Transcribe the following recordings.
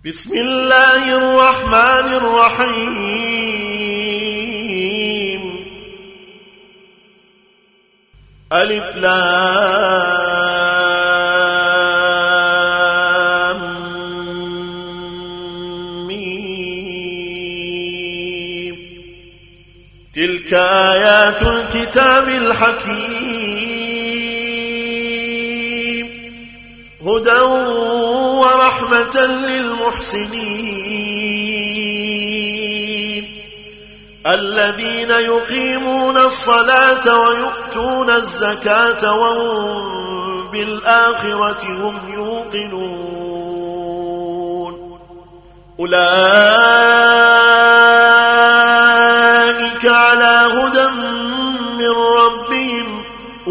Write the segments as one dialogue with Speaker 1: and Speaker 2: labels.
Speaker 1: بسم الله الرحمن الرحيم ألف لام ميم تلك آيات الكتاب الحكيم هدى ورحمة للمحسنين الذين يقيمون الصلاة ويؤتون الزكاة وهم بالآخرة هم يوقنون أولئك على هدى من ربهم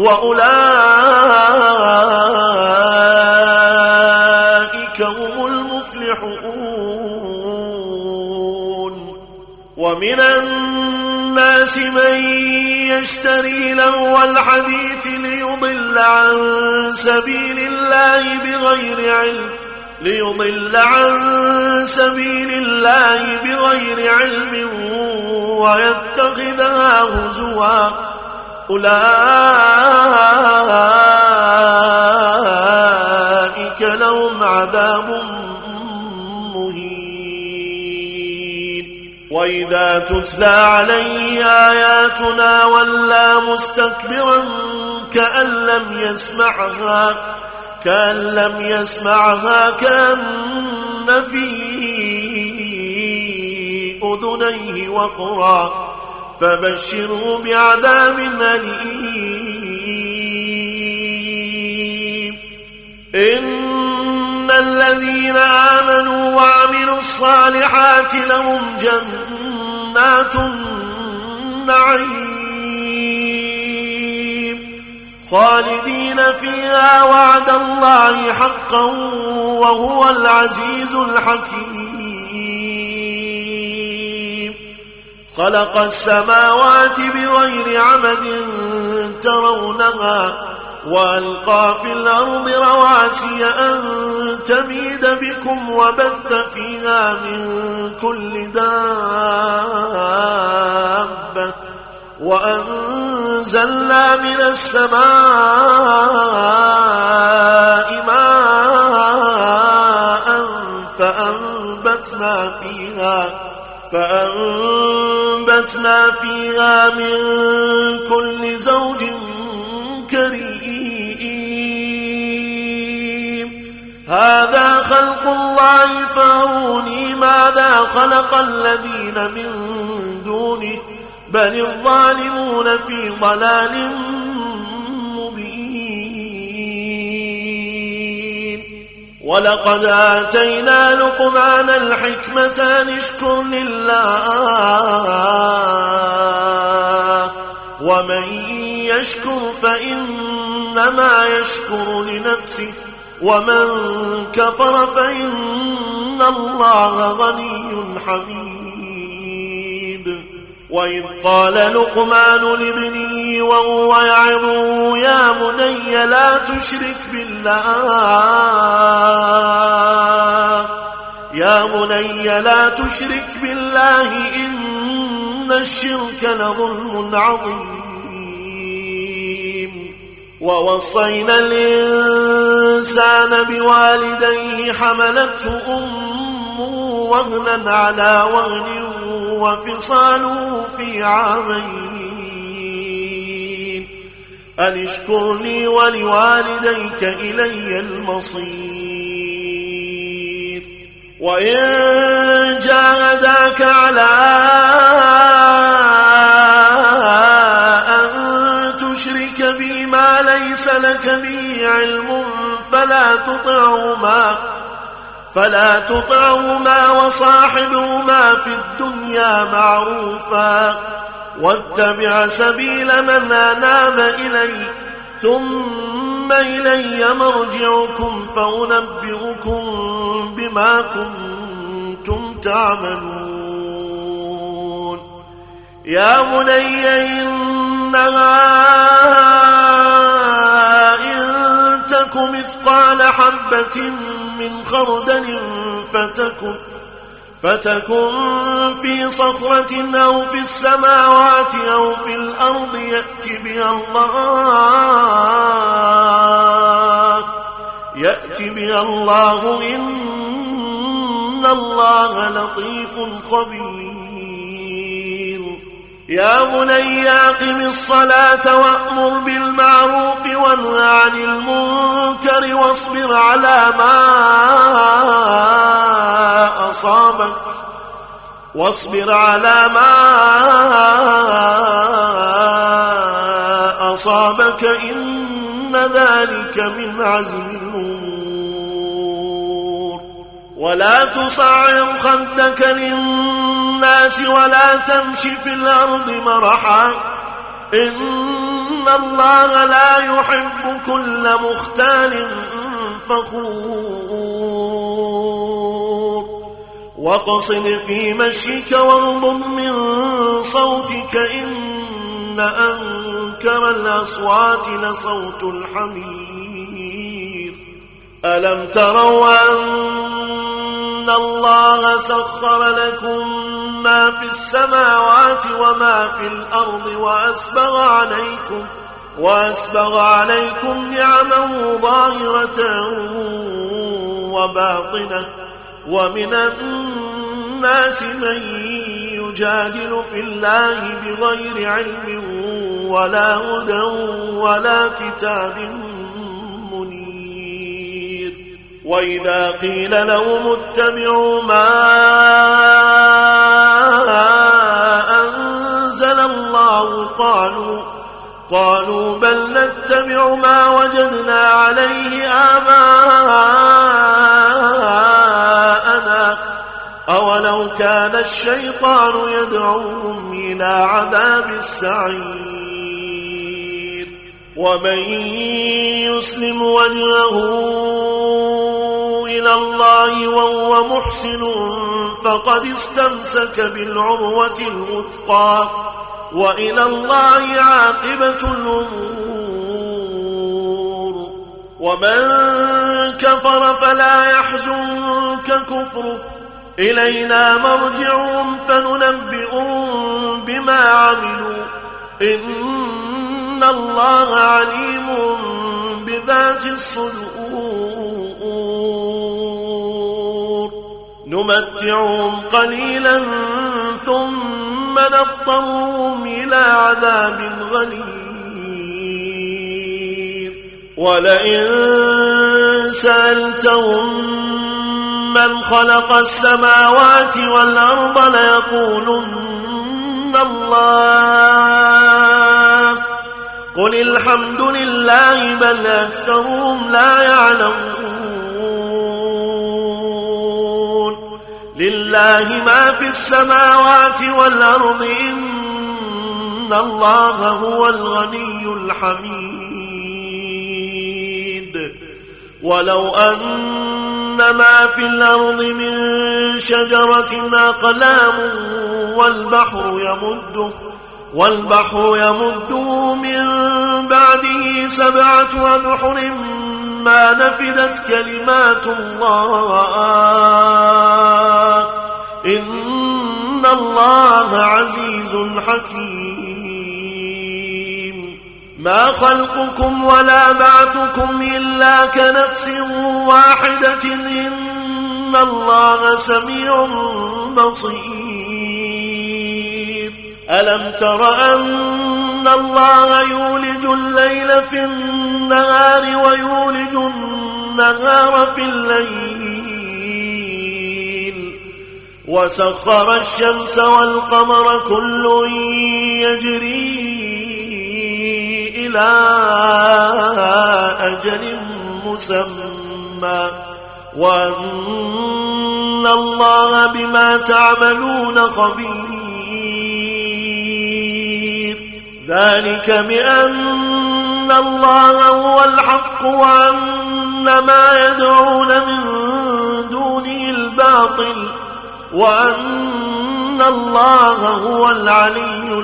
Speaker 1: وأولئك هم المفلحون ومن الناس من يشتري لهو الحديث ليضل عن سبيل الله بغير علم ويتخذها هزوا أولئك لهم عذاب مهين وإذا تتلى عليه آياتنا ولى مستكبرا كأن لم يسمعها كأن في أذنيه وقرا فبشره بعذاب أليم إن الذين آمنوا وعملوا الصالحات لهم جنات النعيم خالدين فيها وعد الله حقا وهو العزيز الحكيم خلق السماوات بغير عمد ترونها وألقى في الأرض رواسي أن تميد بكم وبث فيها من كل دابة وأنزلنا من السماء ماء فأنبتنا فيها من كل زوج كريم هذا خلق الله فاروني ماذا خلق الذين من دونه بل الظالمون في ضلال مبين ولقد آتينا لقمان الحكمة أن اشكر لله ومن يشكر فإنما يشكر لنفسه ومن كفر فإن الله غني حميد وإذ قال لقمان لابنه وهو يعظه يا بني لا تشرك بالله إن الشرك لظلم عظيم ووصينا الإنسان بوالديه حملته أمه وهنا على وهن وفصاله في عامين أن اشكر لي ولوالديك إلي المصير وإن جاهداك على أن تشرك بي ما ليس لك به علم فلا تطعهما وصاحبهما في الدنيا معروفا واتبع سبيل من أناب إلي ثم إلي مرجعكم فأنبئكم بما كنتم تعملون يا بني إنها إن تك مثقال حبة من خردل فتكن في صخرة أو في السماوات أو في الأرض يأتي بها الله إن الله لطيف خبير. يا بني أقم الصلاة وأمر بالمعروف وانه عن المنكر واصبر على ما أصابك إن ذلك من عزم الأمور. ولا تصعر خدك للناس ولا تمش في الأرض مرحا إن الله لا يحب كل مختال فخور. واقصد في مشيك واغضض من صوتك إن أنكر الأصوات لصوت الحمير. ألم تروا أن الله سخر لكم ما في السماوات وما في الأرض وأسبغ عليكم نعمه ظاهرة وباطنة ومن الناس من يجادل في الله بغير علم ولا هدى ولا كتاب منير. وإذا قيل لهم اتبعوا ما أنزل الله قالوا بل نتبع ما وجدنا عليه آباءنا أولو كان الشيطان يدعوهم إلى عذاب السعير. ومن يسلم وجهه إلى الله وهو محسن فقد استمسك بالعروة الوثقى وإلى الله عاقبة الأمور. ومن كفر فلا يحزنك كفره إلينا مرجعهم فننبئهم بما عملوا إن الله عليم بذات الصدور. نمتعهم قليلا ثم نضطرهم إلى عذاب غليظ. ولئن سألتهم من خلق السماوات والأرض ليقولن الله قل الحمد لله بل أكثرهم لا يعلمون. لله ما في السماوات والأرض إن الله هو الغني الحميد. ولو أن ما في الأرض من شجرة أقلام والبحر يمده من بعده 7 أبحر ما نفدت كلمات الله إن الله عزيز حكيم. ما خلقكم ولا بعثكم إلا كنفس واحدة إن الله سميع بصير. ألم تر أن الله يولج الليل في النهار ويولج النهار في الليل وسخر الشمس والقمر كل يجري إلى أجل مسمى وأن الله بما تعملون خبير. ذلك بأن الله هو الحق وأن ما يدعون من دونه الباطل وأن الله هو العلي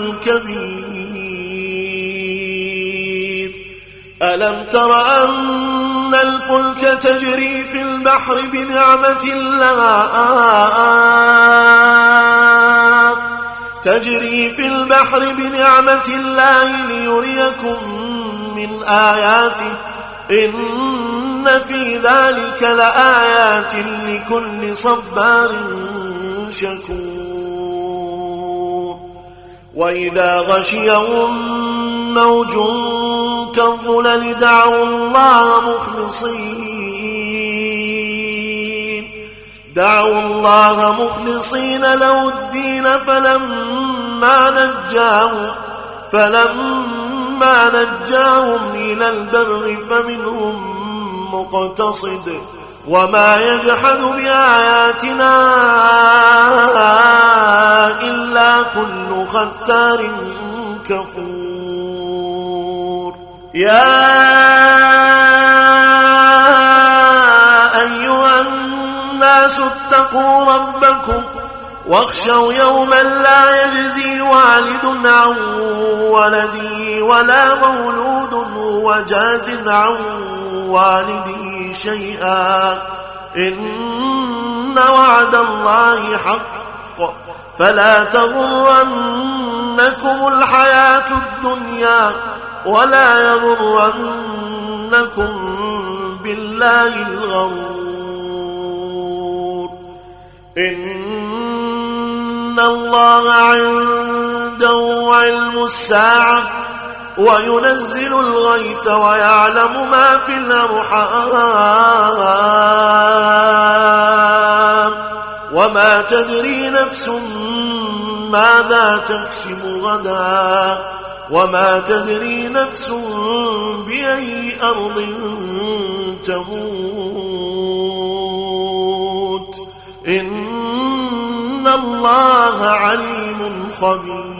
Speaker 1: الكبير. ألم تر أن الفلك تجري في الماء البحر بنعمة الله ليريكم من آياته إن في ذلك لآيات لكل صبار شكور وإذا غشيهم موج كالظلل دعوا الله مخلصين له الدين فلما نجاهم إلى البر فمنهم مقتصد وما يجحد بآياتنا إلا كل ختار كفور يا أيها الناس اتقوا ربكم واخشوا يوما لا يجزي والد عن ولده ولا مولود هو جاز عن والده شيئا إن وعد الله حق فلا تغرنكم الحياة الدنيا ولا يغرنكم بالله الغرور إن الله عنده علم الساعة وينزل الغيث ويعلم ما في الأرحام وما تدري نفس ماذا تكسب غدا وما تدري نفس بأي أرض تموت إن الله عليم خبير